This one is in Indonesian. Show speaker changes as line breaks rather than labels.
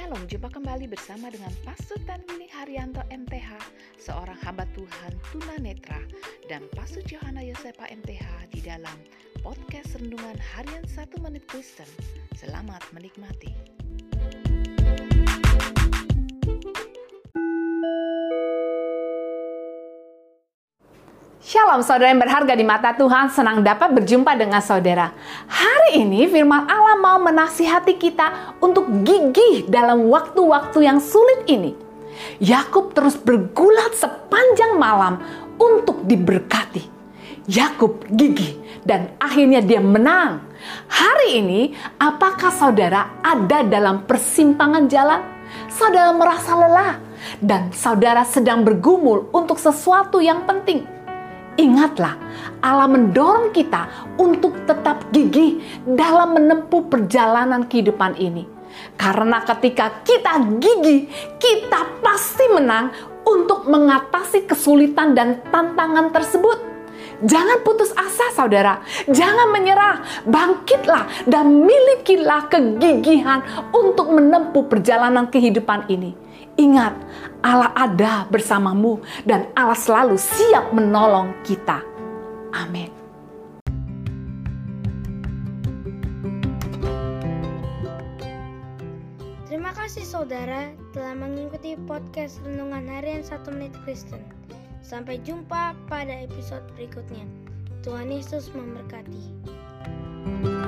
Shalom, jumpa kembali bersama dengan Pastor Tanwini Haryanto MTH, seorang hamba Tuhan tunanetra, dan Pastor Johanna Yosepa MTH di dalam podcast Renungan Harian 1 Menit Kristen. Selamat menikmati.
Shalom saudara yang berharga di mata Tuhan, senang dapat berjumpa dengan saudara. Hari ini firman Allah mau menasihati kita untuk gigih dalam waktu-waktu yang sulit ini. Yakub terus bergulat sepanjang malam untuk diberkati. Yakub gigih dan akhirnya dia menang. Hari ini, apakah saudara ada dalam persimpangan jalan? Saudara merasa lelah dan saudara sedang bergumul untuk sesuatu yang penting. Ingatlah, Allah mendorong kita untuk tetap gigih dalam menempuh perjalanan kehidupan ini. Karena ketika kita gigih, kita pasti menang untuk mengatasi kesulitan dan tantangan tersebut. Jangan putus asa saudara, jangan menyerah, bangkitlah dan milikilah kegigihan untuk menempuh perjalanan kehidupan ini. Ingat, Allah ada bersamamu dan Allah selalu siap menolong kita. Amin.
Terima kasih saudara telah mengikuti podcast Renungan Harian 1 Menit Kristen. Sampai jumpa pada episode berikutnya. Tuhan Yesus memberkati.